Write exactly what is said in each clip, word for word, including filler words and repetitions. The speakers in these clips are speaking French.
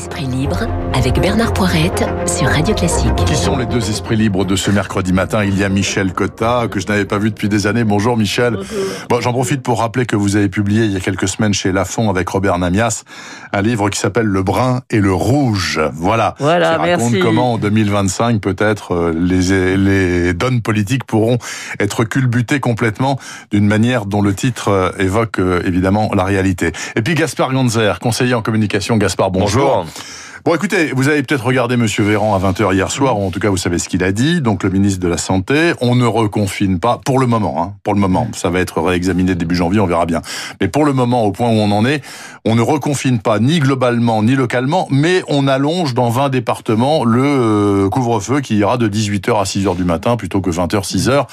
esprits libres avec Bernard Poirette sur Radio Classique. Qui sont les deux esprits libres de ce mercredi matin? Il y a Michel Cotta, que je n'avais pas vu depuis des années. Bonjour Michel. Bonjour. Bon, j'en profite pour rappeler que vous avez publié il y a quelques semaines chez Lafon avec Robert Namias un livre qui s'appelle Le Brun et le Rouge. Voilà. Voilà, qui raconte merci. comment en deux mille vingt-cinq peut-être les, les donnes politiques pourront être culbutées complètement d'une manière dont le titre évoque évidemment la réalité. Et puis Gaspard Ganzer, conseiller en communication. Gaspard, bonjour. Bonjour. Bon, écoutez, vous avez peut-être regardé Monsieur Véran à vingt heures hier soir, ou en tout cas, vous savez ce qu'il a dit. Donc, le ministre de la Santé, on ne reconfine pas, pour le moment, hein, pour le moment. Ça va être réexaminé début janvier, on verra bien. Mais pour le moment, au point où on en est, on ne reconfine pas ni globalement, ni localement, mais on allonge dans vingt départements le euh, couvre-feu qui ira de dix-huit heures à six heures du matin, plutôt que vingt heures, six heures.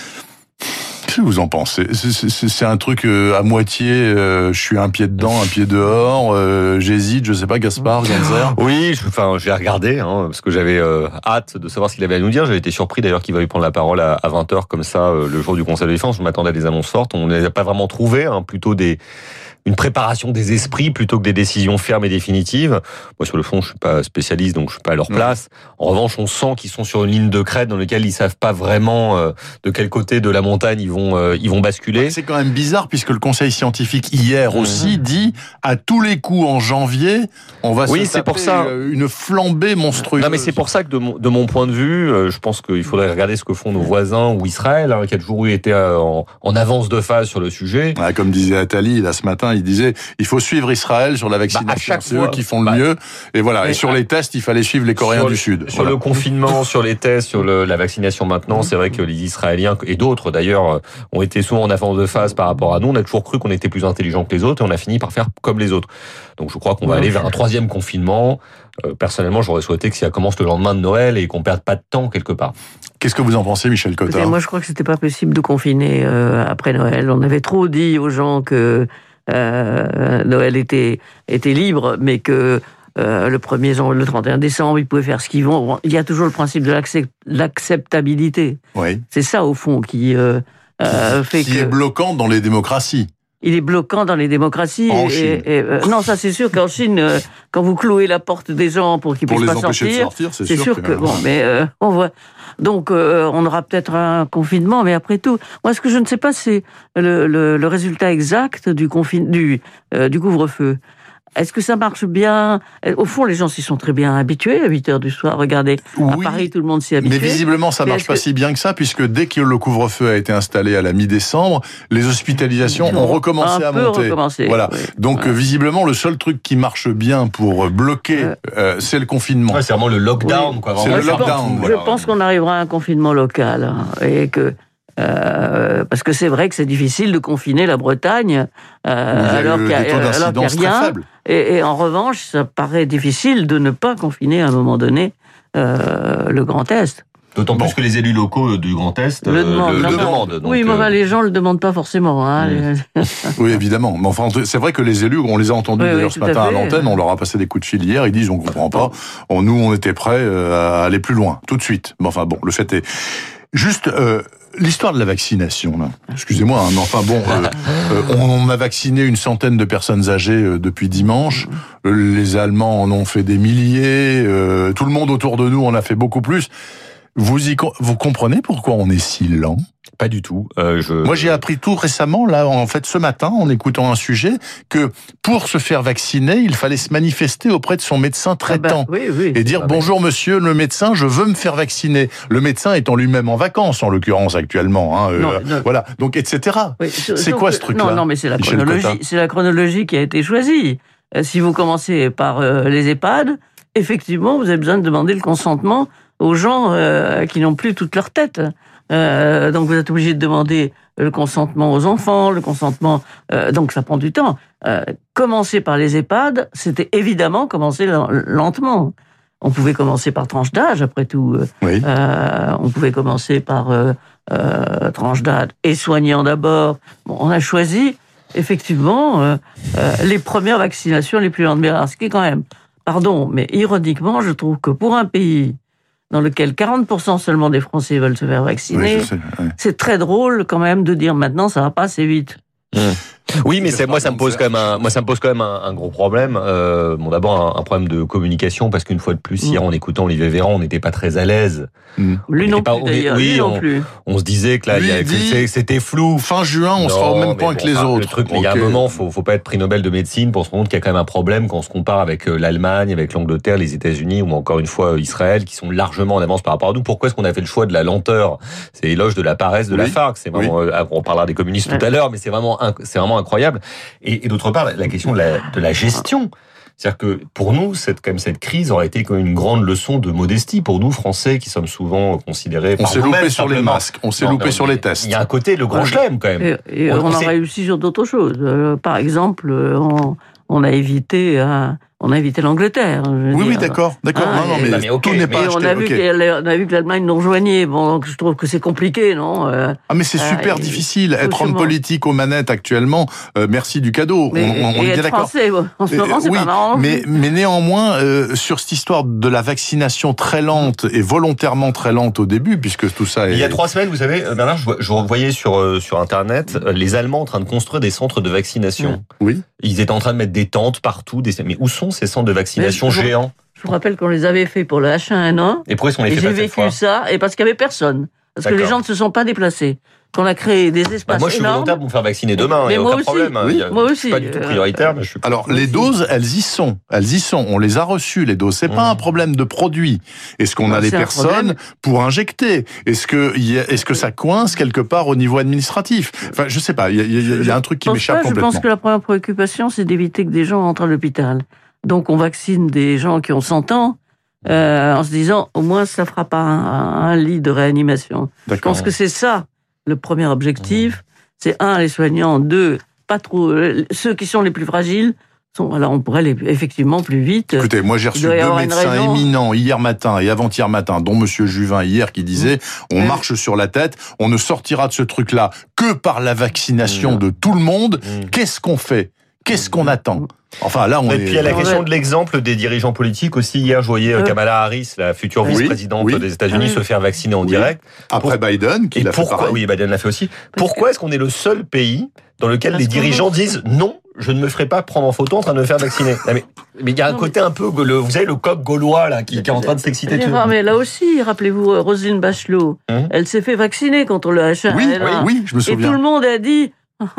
Qu'est-ce que vous en pensez? C'est, c'est, c'est un truc euh, à moitié, euh, je suis un pied dedans, un pied dehors, euh, j'hésite, je sais pas, Gaspard, Ganzer. Oui, je, enfin, j'ai regardé, hein, parce que j'avais euh, hâte de savoir ce qu'il avait à nous dire. J'avais été surpris d'ailleurs qu'il veuille prendre la parole à, à vingt heures comme ça, euh, le jour du Conseil de défense. Je m'attendais à des annonces fortes. On n'a pas vraiment trouvé, hein, plutôt des... une préparation des esprits plutôt que des décisions fermes et définitives. Moi, sur le fond, je suis pas spécialiste, donc je suis pas à leur place. En revanche, on sent qu'ils sont sur une ligne de crête dans laquelle ils savent pas vraiment euh, de quel côté de la montagne ils vont euh, ils vont basculer. C'est quand même bizarre puisque le Conseil scientifique hier aussi mmh. dit à tous les coups en janvier, on va oui, se c'est taper pour ça. une flambée monstrueuse. Non, mais c'est pour ça que de mon, de mon point de vue, euh, je pense qu'il faudrait regarder ce que font nos voisins ou Israël, hein, qui a toujours été euh, en, en avance de phase sur le sujet. Ouais, comme disait Attali là ce matin, il disait il faut suivre Israël sur la vaccination. Bah, c'est fois, eux qui font le bah, mieux. Et voilà. Et sur à, les tests, il fallait suivre les Coréens du Sud. Sur voilà. le confinement, sur les tests, sur le, la vaccination maintenant, c'est vrai que les Israéliens et d'autres d'ailleurs ont été souvent en avance de phase par rapport à nous. On a toujours cru qu'on était plus intelligents que les autres et on a fini par faire comme les autres. Donc je crois qu'on va aller vers un troisième confinement. Euh, personnellement, j'aurais souhaité que ça commence le lendemain de Noël et qu'on perde pas de temps quelque part. Qu'est-ce que vous en pensez, Michel Cotta? Écoutez, moi, je crois que c'était pas possible de confiner euh, après Noël. On avait trop dit aux gens que euh, Noël était était libre, mais que euh, le premier janvier, le trente et un décembre, ils pouvaient faire ce qu'ils vont. Il y a toujours le principe de l'accept, l'acceptabilité. Oui. C'est ça, au fond, qui euh, euh, fait qui que... est bloquant dans les démocraties. Il est bloquant dans les démocraties. En et, Chine. Et, et, euh, non, ça c'est sûr qu'en Chine, euh, quand vous clouez la porte des gens pour qu'ils pour puissent les pas empêcher sortir, de sortir, c'est, c'est sûr, sûr que, que bon, mais euh, on voit. Donc, euh, on aura peut-être un confinement, mais après tout, moi, ce que je ne sais pas, c'est le, le, le résultat exact du confin... du euh, du couvre-feu. Est-ce que ça marche bien? Au fond, les gens s'y sont très bien habitués à huit heures du soir. Regardez, oui, à Paris, tout le monde s'y est habitué. Mais visiblement, ça mais marche pas que... si bien que ça, puisque dès que le couvre-feu a été installé à la mi-décembre, les hospitalisations ont recommencé un à peu monter. Recommencé, voilà. Oui. Donc, ouais. visiblement, le seul truc qui marche bien pour bloquer, euh, euh, c'est le confinement. Ouais, c'est vraiment le lockdown, oui. quoi. C'est vraiment le lockdown. Je pense, voilà. je pense qu'on arrivera à un confinement local, hein, et que Euh, parce que c'est vrai que c'est difficile de confiner la Bretagne euh, alors qu'il y a, alors qu'il y a rien. Et, et en revanche, ça paraît difficile de ne pas confiner à un moment donné euh, le Grand Est. D'autant bon. plus que les élus locaux du Grand Est le, demande, le, le demandent. Donc oui, mais euh... les gens le demandent pas forcément. Hein, mmh. les... Oui, évidemment. Mais enfin, c'est vrai que les élus, on les a entendus oui, d'ailleurs oui, ce matin à, à l'antenne, on leur a passé des coups de fil hier, ils disent on comprend pas. On, nous, on était prêts à aller plus loin, tout de suite. Mais enfin bon, le fait est... Juste... Euh, l'histoire de la vaccination, là. Excusez-moi, hein, mais enfin bon, euh, euh, on a vacciné une centaine de personnes âgées euh, depuis dimanche. Euh, les Allemands en ont fait des milliers. Euh, tout le monde autour de nous en a fait beaucoup plus. Vous y, vous comprenez pourquoi on est si lent? Pas du tout. Euh, je... Moi, j'ai appris tout récemment, là, en fait, ce matin, en écoutant un sujet, que pour se faire vacciner, il fallait se manifester auprès de son médecin traitant. Ah bah, oui, oui. Et dire, ah bonjour bah. monsieur le médecin, je veux me faire vacciner. Le médecin étant lui-même en vacances, en l'occurrence, actuellement. Hein, non, euh, non. Voilà. Donc, et cetera. Oui, c'est quoi ce truc-là? Non, non, mais c'est la chronologie, c'est la chronologie qui a été choisie. Euh, si vous commencez par euh, les EHPAD, effectivement, vous avez besoin de demander le consentement aux gens euh, qui n'ont plus toute leur tête. Euh, donc vous êtes obligé de demander le consentement aux enfants, le consentement... Euh, donc ça prend du temps. Euh, commencer par les EHPAD, c'était évidemment commencer lentement. On pouvait commencer par tranche d'âge, après tout. Oui. Euh, on pouvait commencer par euh, euh, tranche d'âge et soignants d'abord. Bon, on a choisi, effectivement, euh, euh, les premières vaccinations les plus lentes. Mais alors, ce qui est quand même... Pardon, mais ironiquement, je trouve que pour un pays dans lequel quarante pour cent seulement des Français veulent se faire vacciner, oui, je sais, ouais. c'est très drôle quand même de dire maintenant ça va pas assez vite. Mmh. Oui, mais c'est, moi, ça me pose quand même un, moi, ça me pose quand même un, un gros problème. Euh, bon, d'abord, un, un problème de communication, parce qu'une fois de plus, hier, en écoutant Olivier Véran, on n'était pas très à l'aise. Mmh. Lui non pas, plus, d'ailleurs. Oui, Lui on, non plus. On se disait que là, Lui, il y avait, dit, c'était flou. Fin juin, on non, sera au même point bon, que les enfin, autres. Le truc, mais okay. il y a un moment, faut, faut pas être prix Nobel de médecine pour se rendre compte qu'il y a quand même un problème quand on se compare avec l'Allemagne, avec l'Angleterre, les États-Unis ou encore une fois Israël, qui sont largement en avance par rapport à nous. Pourquoi est-ce qu'on a fait le choix de la lenteur? C'est l'éloge de la paresse de oui. la FARC. C'est vraiment, oui. euh, on parlera des communistes ouais. tout à l'heure, mais c'est vraiment, c'est vraiment incroyable. Et, et d'autre part, la question de la, de la gestion. C'est-à-dire que pour nous, cette, comme cette crise aurait été comme une grande leçon de modestie pour nous, Français, qui sommes souvent considérés. On s'est loupé sur les masques, on s'est loupé sur les tests. Il y a un côté le grand chelem quand même. Et, et on, on a réussi sur d'autres choses. Euh, par exemple, on, on a évité un. On a évité l'Angleterre. Oui, dire. oui, d'accord, d'accord. Ah, non, non, mais, mais okay. tout n'est pas acheté. On a, vu okay. on a vu que l'Allemagne nous rejoignait. Bon, donc je trouve que c'est compliqué, non euh, Ah, mais c'est super euh, difficile. Être homme politique aux manettes actuellement, euh, merci du cadeau. Mais, on, on et est être d'accord. Français, en ce moment, c'est oui, pas marrant. Mais, mais néanmoins, euh, sur cette histoire de la vaccination très lente et volontairement très lente au début, puisque tout ça est... Il y a trois semaines, vous savez, Bernard, je, je voyais sur, euh, sur Internet les Allemands en train de construire des centres de vaccination. Oui. Ils étaient en train de mettre des tentes partout. Des... Mais où sont ces centres de vaccination mais géants? Je vous rappelle qu'on les avait fait pour le H un N un. Et pourquoi est-ce qu'on les et fait j'ai pas cette vécu fois ça, et parce qu'il n'y avait personne. Parce D'accord. que les gens ne se sont pas déplacés. Qu'on a créé des espaces bah moi, je suis énormes. volontaire pour me faire vacciner demain. Mais il n'y a moi aucun aussi. problème. Oui, il y a, moi je aussi. suis pas du tout prioritaire. Mais je suis pas... Alors, les doses, elles y sont. Elles y sont. On les a reçues, les doses. C'est mmh. pas un problème de produit. Est-ce qu'on bah, a les personnes pour injecter? Est-ce que, est-ce que ça coince quelque part au niveau administratif? Enfin, je sais pas. Il y a, il y a, il y a un truc qui m'échappe pas, complètement. Je pense que la première préoccupation, c'est d'éviter que des gens entrent à l'hôpital. Donc, on vaccine des gens qui ont cent ans. Euh, en se disant, au moins, ça fera pas un, un lit de réanimation. Je pense que c'est ça, le premier objectif. Mmh. C'est un, les soignants, deux, pas trop, ceux qui sont les plus fragiles, sont, alors on pourrait aller effectivement plus vite. Écoutez, moi j'ai reçu deux médecins éminents hier matin et avant-hier matin, dont Monsieur Juvin hier, qui disait, mmh. on mmh. marche sur la tête, on ne sortira de ce truc-là que par la vaccination mmh. de tout le monde. Mmh. Qu'est-ce qu'on fait? Qu'est-ce qu'on attend? Enfin, là, on et est... puis, il y a la question de l'exemple des dirigeants politiques aussi. Hier, je voyais euh. Kamala Harris, la future oui, vice-présidente oui. des États-Unis, oui. se faire vacciner en oui. direct. Après Pour... Biden, qui l'a fait pareil. Oui, Biden l'a fait aussi. Pourquoi est-ce qu'on est le seul pays dans lequel Parce les dirigeants on... disent non, je ne me ferai pas prendre en photo en train de me faire vacciner? Non, mais, mais il y a un non, côté mais... un peu, le, vous savez, le coq gaulois, là, qui, qui est en train de s'exciter tout. Mais là aussi, rappelez-vous, Roselyne Bachelot, hum. elle s'est fait vacciner contre le H un N un. Oui, oui, oui, je me souviens. Et tout le monde a dit,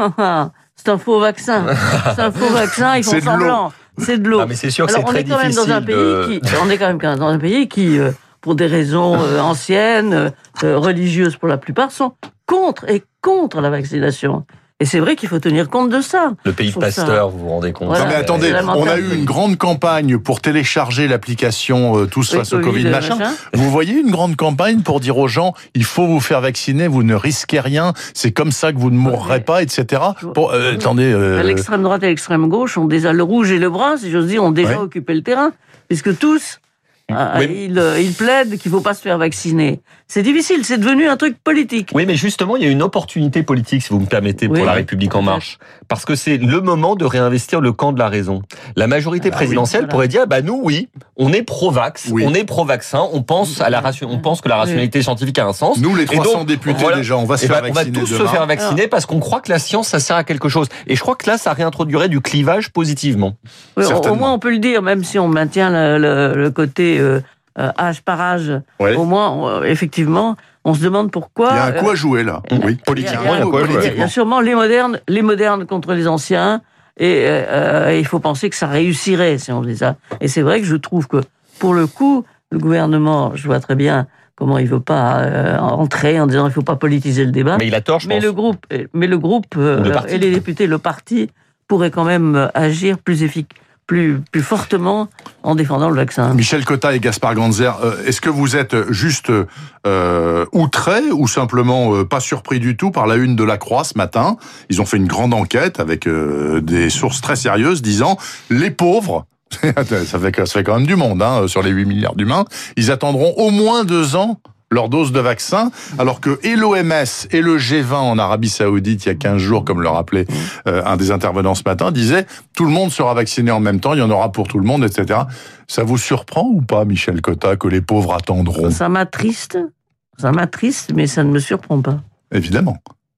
c'est un faux vaccin. C'est un faux vaccin, ils font semblant. C'est de l'eau. Ah, mais c'est sûr que Alors, c'est très difficile. Dans un pays de... qui, on est quand même dans un pays qui, euh, pour des raisons euh, anciennes, euh, religieuses pour la plupart, sont contre et contre la vaccination. Et c'est vrai qu'il faut tenir compte de ça. Le pays de Pasteur, ça... vous vous rendez compte? Voilà, non mais attendez, on a eu une grande campagne pour télécharger l'application euh, Tous face oui, au Covid, machin. machin. Vous voyez une grande campagne pour dire aux gens, il faut vous faire vacciner, vous ne risquez rien, c'est comme ça que vous ne mourrez oui. pas, et cetera. Pour, euh, attendez. Euh... L'extrême droite et l'extrême gauche ont déjà le rouge et le brun, si j'ose dire, ont déjà oui. occupé le terrain, puisque tous. Oui. Il, il plaide qu'il ne faut pas se faire vacciner. C'est difficile, c'est devenu un truc politique. Oui, mais justement, il y a une opportunité politique, si vous me permettez, pour oui. la République En Marche. Parce que c'est le moment de réinvestir le camp de la raison. La majorité ah, présidentielle oui, voilà. pourrait dire, bah nous, oui, on est pro-vax, oui. on est pro-vaccin, on pense à la ration, on pense que la rationalité oui. scientifique a un sens. Nous, les trois cents donc, députés, voilà, déjà, on va se faire bah, vacciner. On va tous demain. se faire vacciner parce qu'on croit que la science, ça sert à quelque chose. Et je crois que là, ça réintroduirait du clivage positivement. Oui, au moins, on peut le dire, même si on maintient le, le, le côté... Euh, Euh, âge par âge, ouais. au moins, on, effectivement, on se demande pourquoi... Il y a un coup à jouer, là. Euh, oui, politiquement, il y a, il y a, quoi, il y a, il y a sûrement les modernes, les modernes contre les anciens, et euh, il faut penser que ça réussirait, si on dit ça. Et c'est vrai que je trouve que, pour le coup, le gouvernement, je vois très bien comment il ne veut pas euh, entrer en disant qu'il ne faut pas politiser le débat. Mais il a tort, je mais pense. Le groupe, mais le groupe, euh, le et les députés, le parti, pourraient quand même agir plus efficacement. Plus, plus fortement en défendant le vaccin. Michel Cotta et Gaspard Ganzer, euh, est-ce que vous êtes juste euh, outrés ou simplement euh, pas surpris du tout par la une de La Croix ce matin? Ils ont fait une grande enquête avec euh, des sources très sérieuses disant les pauvres, ça fait, ça fait quand même du monde hein, sur les huit milliards d'humains, ils attendront au moins deux ans leur dose de vaccin, alors que et l'O M S et le G vingt en Arabie Saoudite, il y a quinze jours, comme le rappelait euh, un des intervenants ce matin, disait tout le monde sera vacciné en même temps, il y en aura pour tout le monde, et cetera. Ça vous surprend ou pas, Michel Cotta, que les pauvres attendront? Ça m'attriste, ça m'attriste, mais ça ne me surprend pas. Évidemment.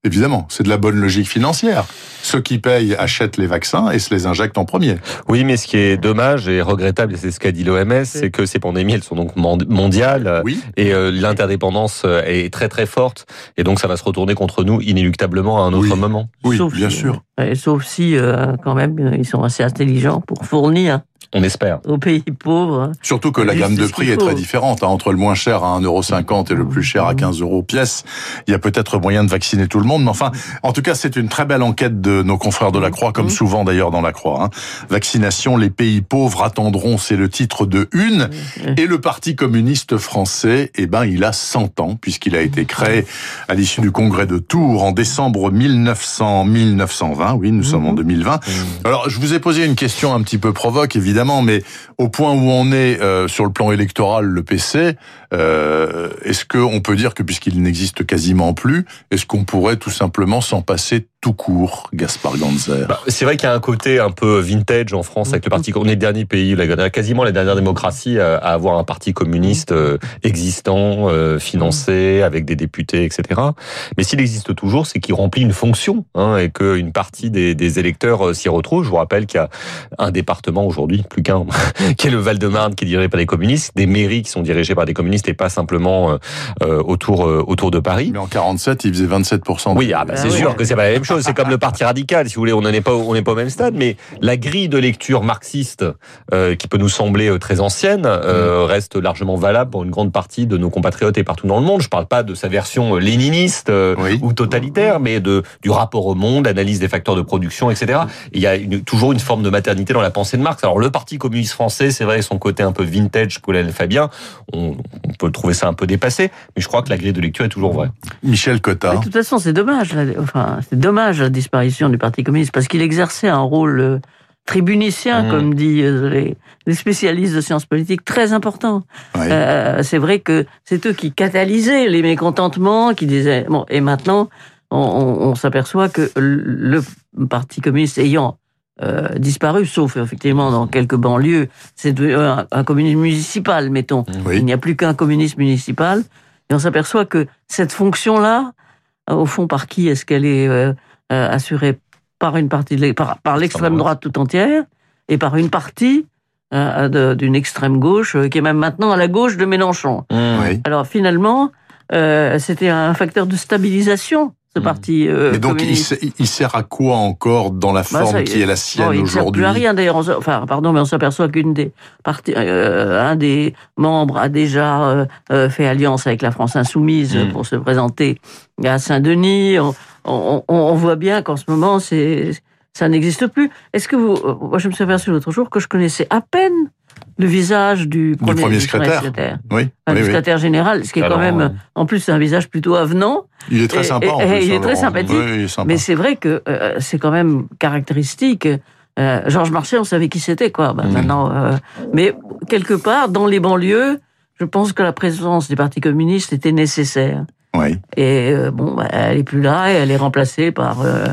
Évidemment, c'est de la bonne logique financière. Ceux qui payent achètent les vaccins et se les injectent en premier. Oui, mais ce qui est dommage et regrettable, et c'est ce qu'a dit l'O M S, c'est que ces pandémies, elles sont donc mondiales, oui. et euh, l'interdépendance est très très forte, et donc ça va se retourner contre nous inéluctablement à un autre oui. moment. Oui, sauf bien si, sûr. Euh, sauf si, euh, quand même, ils sont assez intelligents pour fournir... On espère. Aux pays pauvres. Surtout que la gamme de prix est très différente. Hein. Entre le moins cher à un euro cinquante et le plus cher à quinze euros pièce, il y a peut-être moyen de vacciner tout le monde. Mais enfin, en tout cas, c'est une très belle enquête de nos confrères de la Croix, comme souvent d'ailleurs dans la Croix. Hein. Vaccination, les pays pauvres attendront, c'est le titre de une. Et le Parti communiste français, eh ben, il a cent ans, puisqu'il a été créé à l'issue du congrès de Tours en décembre mille neuf cents, mille neuf cent vingt. Oui, nous sommes en deux mille vingt. Alors, je vous ai posé une question un petit peu provoque, évidemment. Mais au point où on est euh, sur le plan électoral, le P C, euh, est-ce qu'on peut dire que puisqu'il n'existe quasiment plus, est-ce qu'on pourrait tout simplement s'en passer tout court, Gaspard Ganzer? Bah, c'est vrai qu'il y a un côté un peu vintage en France avec le parti. On est le dernier pays, la, quasiment la dernière démocratie à, à avoir un parti communiste euh, existant, euh, financé, avec des députés, et cetera. Mais s'il existe toujours, c'est qu'il remplit une fonction, hein, et qu'une partie des, des électeurs euh, s'y retrouve. Je vous rappelle qu'il y a un département aujourd'hui, plus qu'un, qui est le Val-de-Marne, qui est dirigé par des communistes, des mairies qui sont dirigées par des communistes et pas simplement euh, autour euh, autour de Paris. Mais en quarante-sept, il faisait vingt-sept pour cent. Oui, ah bah, c'est ah, sûr oui. que c'est pas la même chose. C'est comme le parti radical, si vous voulez. On n'en est pas, on n'est pas au même stade, mais la grille de lecture marxiste, euh, qui peut nous sembler très ancienne, euh, mmh. reste largement valable pour une grande partie de nos compatriotes et partout dans le monde. Je parle pas de sa version léniniste euh, oui. ou totalitaire, mais de du rapport au monde, analyse des facteurs de production, et cetera. Et il y a une, toujours une forme de maternité dans la pensée de Marx. Alors le Parti communiste français, c'est vrai, son côté un peu vintage, Colin Fabien, on, on peut trouver ça un peu dépassé, mais je crois que la grille de lecture est toujours vraie. Michel Cotta. De toute façon, c'est dommage. Là, enfin, c'est dommage la disparition du Parti communiste parce qu'il exerçait un rôle euh, tribunicien, mmh. comme disent euh, les, les spécialistes de sciences politiques, très important. Oui. Euh, c'est vrai que c'est eux qui catalysaient les mécontentements, qui disaient bon. Et maintenant, on, on, on s'aperçoit que le, le Parti communiste ayant Euh, disparu, sauf effectivement dans quelques banlieues, c'est un, un communisme municipal, mettons. Oui. Il n'y a plus qu'un communisme municipal, et on s'aperçoit que cette fonction-là, au fond, par qui est-ce qu'elle est euh, euh, assurée? Par une partie, de par, par l'extrême droite tout entière, et par une partie euh, de, d'une extrême gauche, euh, qui est même maintenant à la gauche de Mélenchon. Mmh. Oui. Alors finalement, euh, c'était un facteur de stabilisation. Ce parti euh, Mais donc, il, il sert à quoi encore dans la forme bah, ça, qui est la sienne bon, aujourd'hui? Il ne sert plus à rien, d'ailleurs. On, enfin, pardon, mais on s'aperçoit qu'une des parties, euh, un des membres a déjà euh, fait alliance avec la France Insoumise mmh. pour se présenter à Saint-Denis. On, on, on voit bien qu'en ce moment, c'est, ça n'existe plus. Est-ce que vous... Moi, je me suis aperçu l'autre jour que je connaissais à peine le visage du premier, du premier secrétaire. secrétaire. Oui. Enfin, oui, du secrétaire oui. général, ce qui est Alors, quand même, euh... en plus, c'est un visage plutôt avenant. Il est très et, sympa. Et, en plus, il est hein, très sympathique. Oui, il est sympa. Mais c'est vrai que euh, c'est quand même caractéristique. Euh, Georges Marchais, on savait qui c'était, quoi. Ben, mmh. Maintenant, euh, mais quelque part, dans les banlieues, je pense que la présence du Parti communiste était nécessaire. Oui. Et euh, bon, ben, elle est plus là, et elle est remplacée par euh,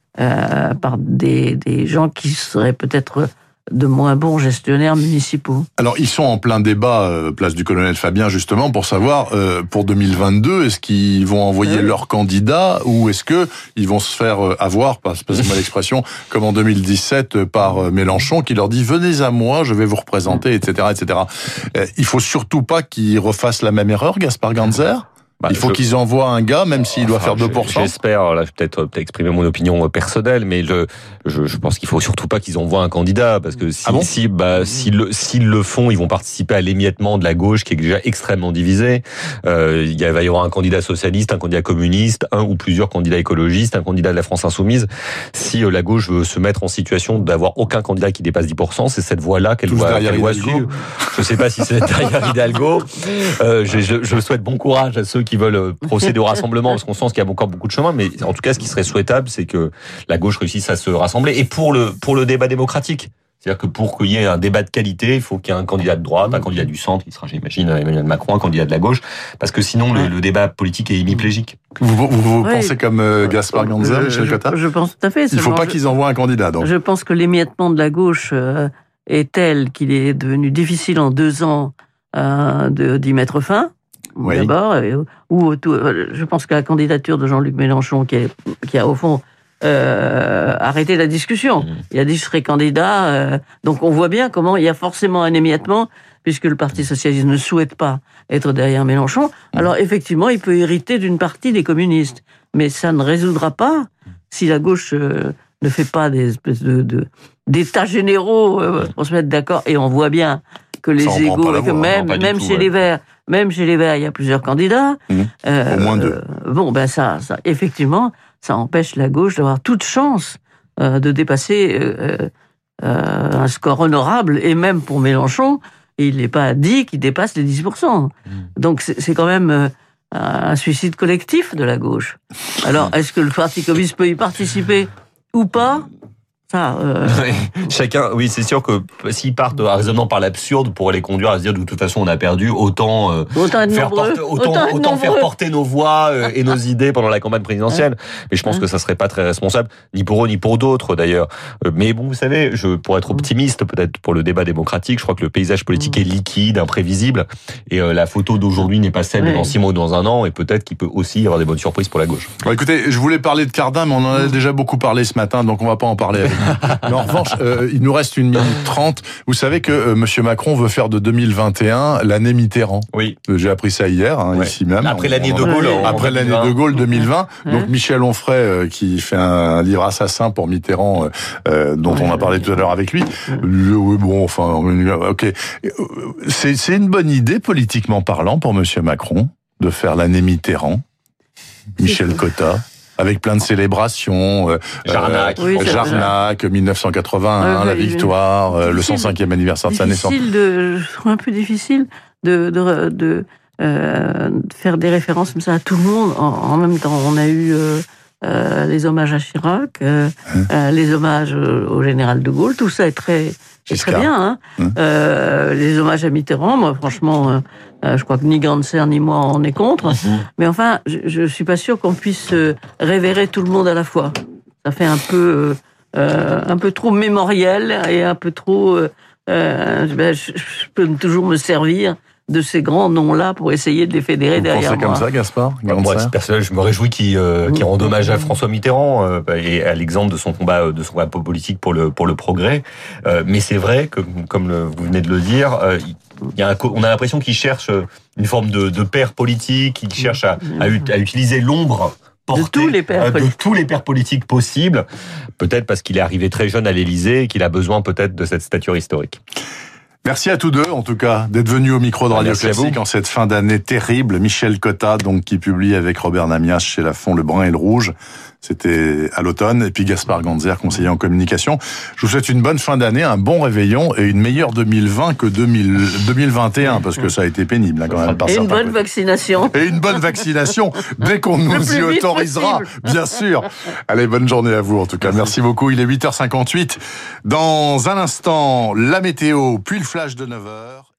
euh, par des des gens qui seraient peut-être de moins bons gestionnaires municipaux. Alors, ils sont en plein débat, euh, place du colonel Fabien, justement, pour savoir, euh, pour deux mille vingt-deux, est-ce qu'ils vont envoyer oui. leur candidat ou est-ce que ils vont se faire euh, avoir, passez-moi l'expression, comme en deux mille dix-sept, euh, par euh, Mélenchon, qui leur dit « Venez à moi, je vais vous représenter, et cetera et cetera » euh, Il faut surtout pas qu'ils refassent la même erreur, Gaspard Ganzer ? Bah, il faut je... qu'ils envoient un gars, même s'il doit enfin, faire deux pour cent. J'espère, là, je vais peut-être, peut-être exprimer mon opinion personnelle, mais je, je, je pense qu'il faut surtout pas qu'ils envoient un candidat, parce que si, ah bon si, bah, s'ils le, s'ils le font, ils vont participer à l'émiettement de la gauche, qui est déjà extrêmement divisée. Euh, il va y avoir un candidat socialiste, un candidat communiste, un ou plusieurs candidats écologistes, un candidat de la France Insoumise. Si euh, la gauche veut se mettre en situation d'avoir aucun candidat qui dépasse dix pour cent, c'est cette voie-là qu'elle doit, qu'elle doit suivre. Je sais pas si c'est derrière Hidalgo. Euh, je, je, je souhaite bon courage à ceux qui qui veulent procéder au rassemblement, parce qu'on sent qu'il y a encore beaucoup de chemin, mais en tout cas, ce qui serait souhaitable, c'est que la gauche réussisse à se rassembler. Et pour le, pour le débat démocratique, c'est-à-dire que pour qu'il y ait un débat de qualité, il faut qu'il y ait un candidat de droite, un candidat du centre, qui sera, j'imagine, Emmanuel Macron, un candidat de la gauche, parce que sinon, le, le débat politique est hémiplégique. Vous, vous, vous oui. pensez comme euh, Gaspard Ganzer, Michel Cotta ? Je pense tout à fait. Il ne faut pas je, qu'ils envoient un candidat, donc. Je pense que l'émiettement de la gauche euh, est tel qu'il est devenu difficile en deux ans euh, de, d'y mettre fin. Oui. D'abord, ou tout, je pense que la candidature de Jean-Luc Mélenchon, qui, est, qui a au fond euh, arrêté la discussion. Mmh. Il a dit je serai candidat, euh, donc on voit bien comment il y a forcément un émiettement, puisque le Parti socialiste ne souhaite pas être derrière Mélenchon. Mmh. Alors effectivement, il peut hériter d'une partie des communistes, mais ça ne résoudra pas si la gauche euh, ne fait pas des espèces de, de d'états généraux euh, pour se mettre d'accord. Et on voit bien que les égos, et que même, même tout, chez ouais. les Verts, même chez les Verts, il y a plusieurs candidats. Mmh. Euh, Au moins deux. Euh, bon, ben ça, ça, effectivement, ça empêche la gauche d'avoir toute chance euh, de dépasser euh, euh, un score honorable. Et même pour Mélenchon, il n'est pas dit qu'il dépasse les dix pour cent. Mmh. Donc c'est, c'est quand même euh, un suicide collectif de la gauche. Alors, est-ce que le Parti communiste peut y participer ou pas ? Ça, euh... Chacun, oui, c'est sûr que s'ils partent raisonnablement par l'absurde, pourrait les conduire à se dire de toute façon on a perdu, autant euh, autant, faire, nombreux, porter, autant, autant, autant faire porter nos voix euh, et nos idées pendant la campagne présidentielle. Mais je pense que ça serait pas très responsable, ni pour eux ni pour d'autres d'ailleurs. Mais bon, vous savez, je pour être optimiste peut-être pour le débat démocratique, je crois que le paysage politique est liquide, imprévisible, et euh, la photo d'aujourd'hui n'est pas celle de dans six mois ou dans un an, et peut-être qu'il peut aussi y avoir des bonnes surprises pour la gauche. Bon, écoutez, je voulais parler de Cardin, mais on en a déjà beaucoup parlé ce matin, donc on va pas en parler avec Mais en revanche, euh, il nous reste une minute trente. Vous savez que euh, Monsieur Macron veut faire de deux mille vingt et un l'année Mitterrand. Oui. J'ai appris ça hier, hein, ouais. ici même. Après on, l'année on de Gaulle. En, après l'année de Gaulle deux mille vingt. Ouais. Donc Michel Onfray, euh, qui fait un livre assassin pour Mitterrand, euh, dont ouais, on a parlé ouais. tout à l'heure avec lui. Le, oui, bon, enfin, ok. C'est, c'est une bonne idée, politiquement parlant, pour Monsieur Macron, de faire l'année Mitterrand. Michel Cotta. Avec plein de célébrations, euh, Jarnac, euh, oui, Jarnac, dix-neuf cent quatre-vingt-un, euh, la victoire, euh, le cent cinquième anniversaire de sa naissance. De, je trouve un peu difficile de, de, de, euh, de faire des références comme ça à tout le monde. En, en même temps, on a eu euh, euh, les hommages à Chirac, euh, hein euh, les hommages au général de Gaulle, tout ça est très, est très bien. Hein hein euh, les hommages à Mitterrand, moi franchement... Euh, Euh, je crois que ni Grandsert ni moi on est contre, mmh. mais enfin, je, je suis pas sûr qu'on puisse euh, révérer tout le monde à la fois. Ça fait un peu, euh, un peu trop mémoriel et un peu trop. Euh, ben, je, je peux toujours me servir de ces grands noms-là pour essayer de les fédérer Vous derrière moi. Vous pensez comme ça, Gaspard ? Moi, personnellement, je me réjouis qu'il, euh, qu'il rende hommage à François Mitterrand euh, et à l'exemple de son combat, de son combat politique pour le pour le progrès. Euh, mais c'est vrai que, comme le, vous venez de le dire, euh, il y a un, on a l'impression qu'il cherche une forme de, de père politique, qu'il cherche à, à, à utiliser l'ombre portée, de tous les pères de tous les pères politiques possibles. Peut-être parce qu'il est arrivé très jeune à l'Élysée et qu'il a besoin peut-être de cette stature historique. Merci à tous deux, en tout cas, d'être venus au micro de Radio Classique en cette fin d'année terrible. Michel Cotta, donc, qui publie avec Robert Namias chez Lafon Le Brun et le Rouge. C'était à l'automne. Et puis Gaspard Ganzer, conseiller en communication. Je vous souhaite une bonne fin d'année, un bon réveillon et une meilleure deux mille vingt que deux mille, deux mille vingt et un, parce que ça a été pénible, là, quand même. Par et une bonne côtés. vaccination. Et une bonne vaccination, dès qu'on nous y autorisera, bien sûr. Allez, bonne journée à vous, en tout cas. Merci, Merci beaucoup. Il est huit heures cinquante-huit. Dans un instant, la météo, puis le flash de neuf heures.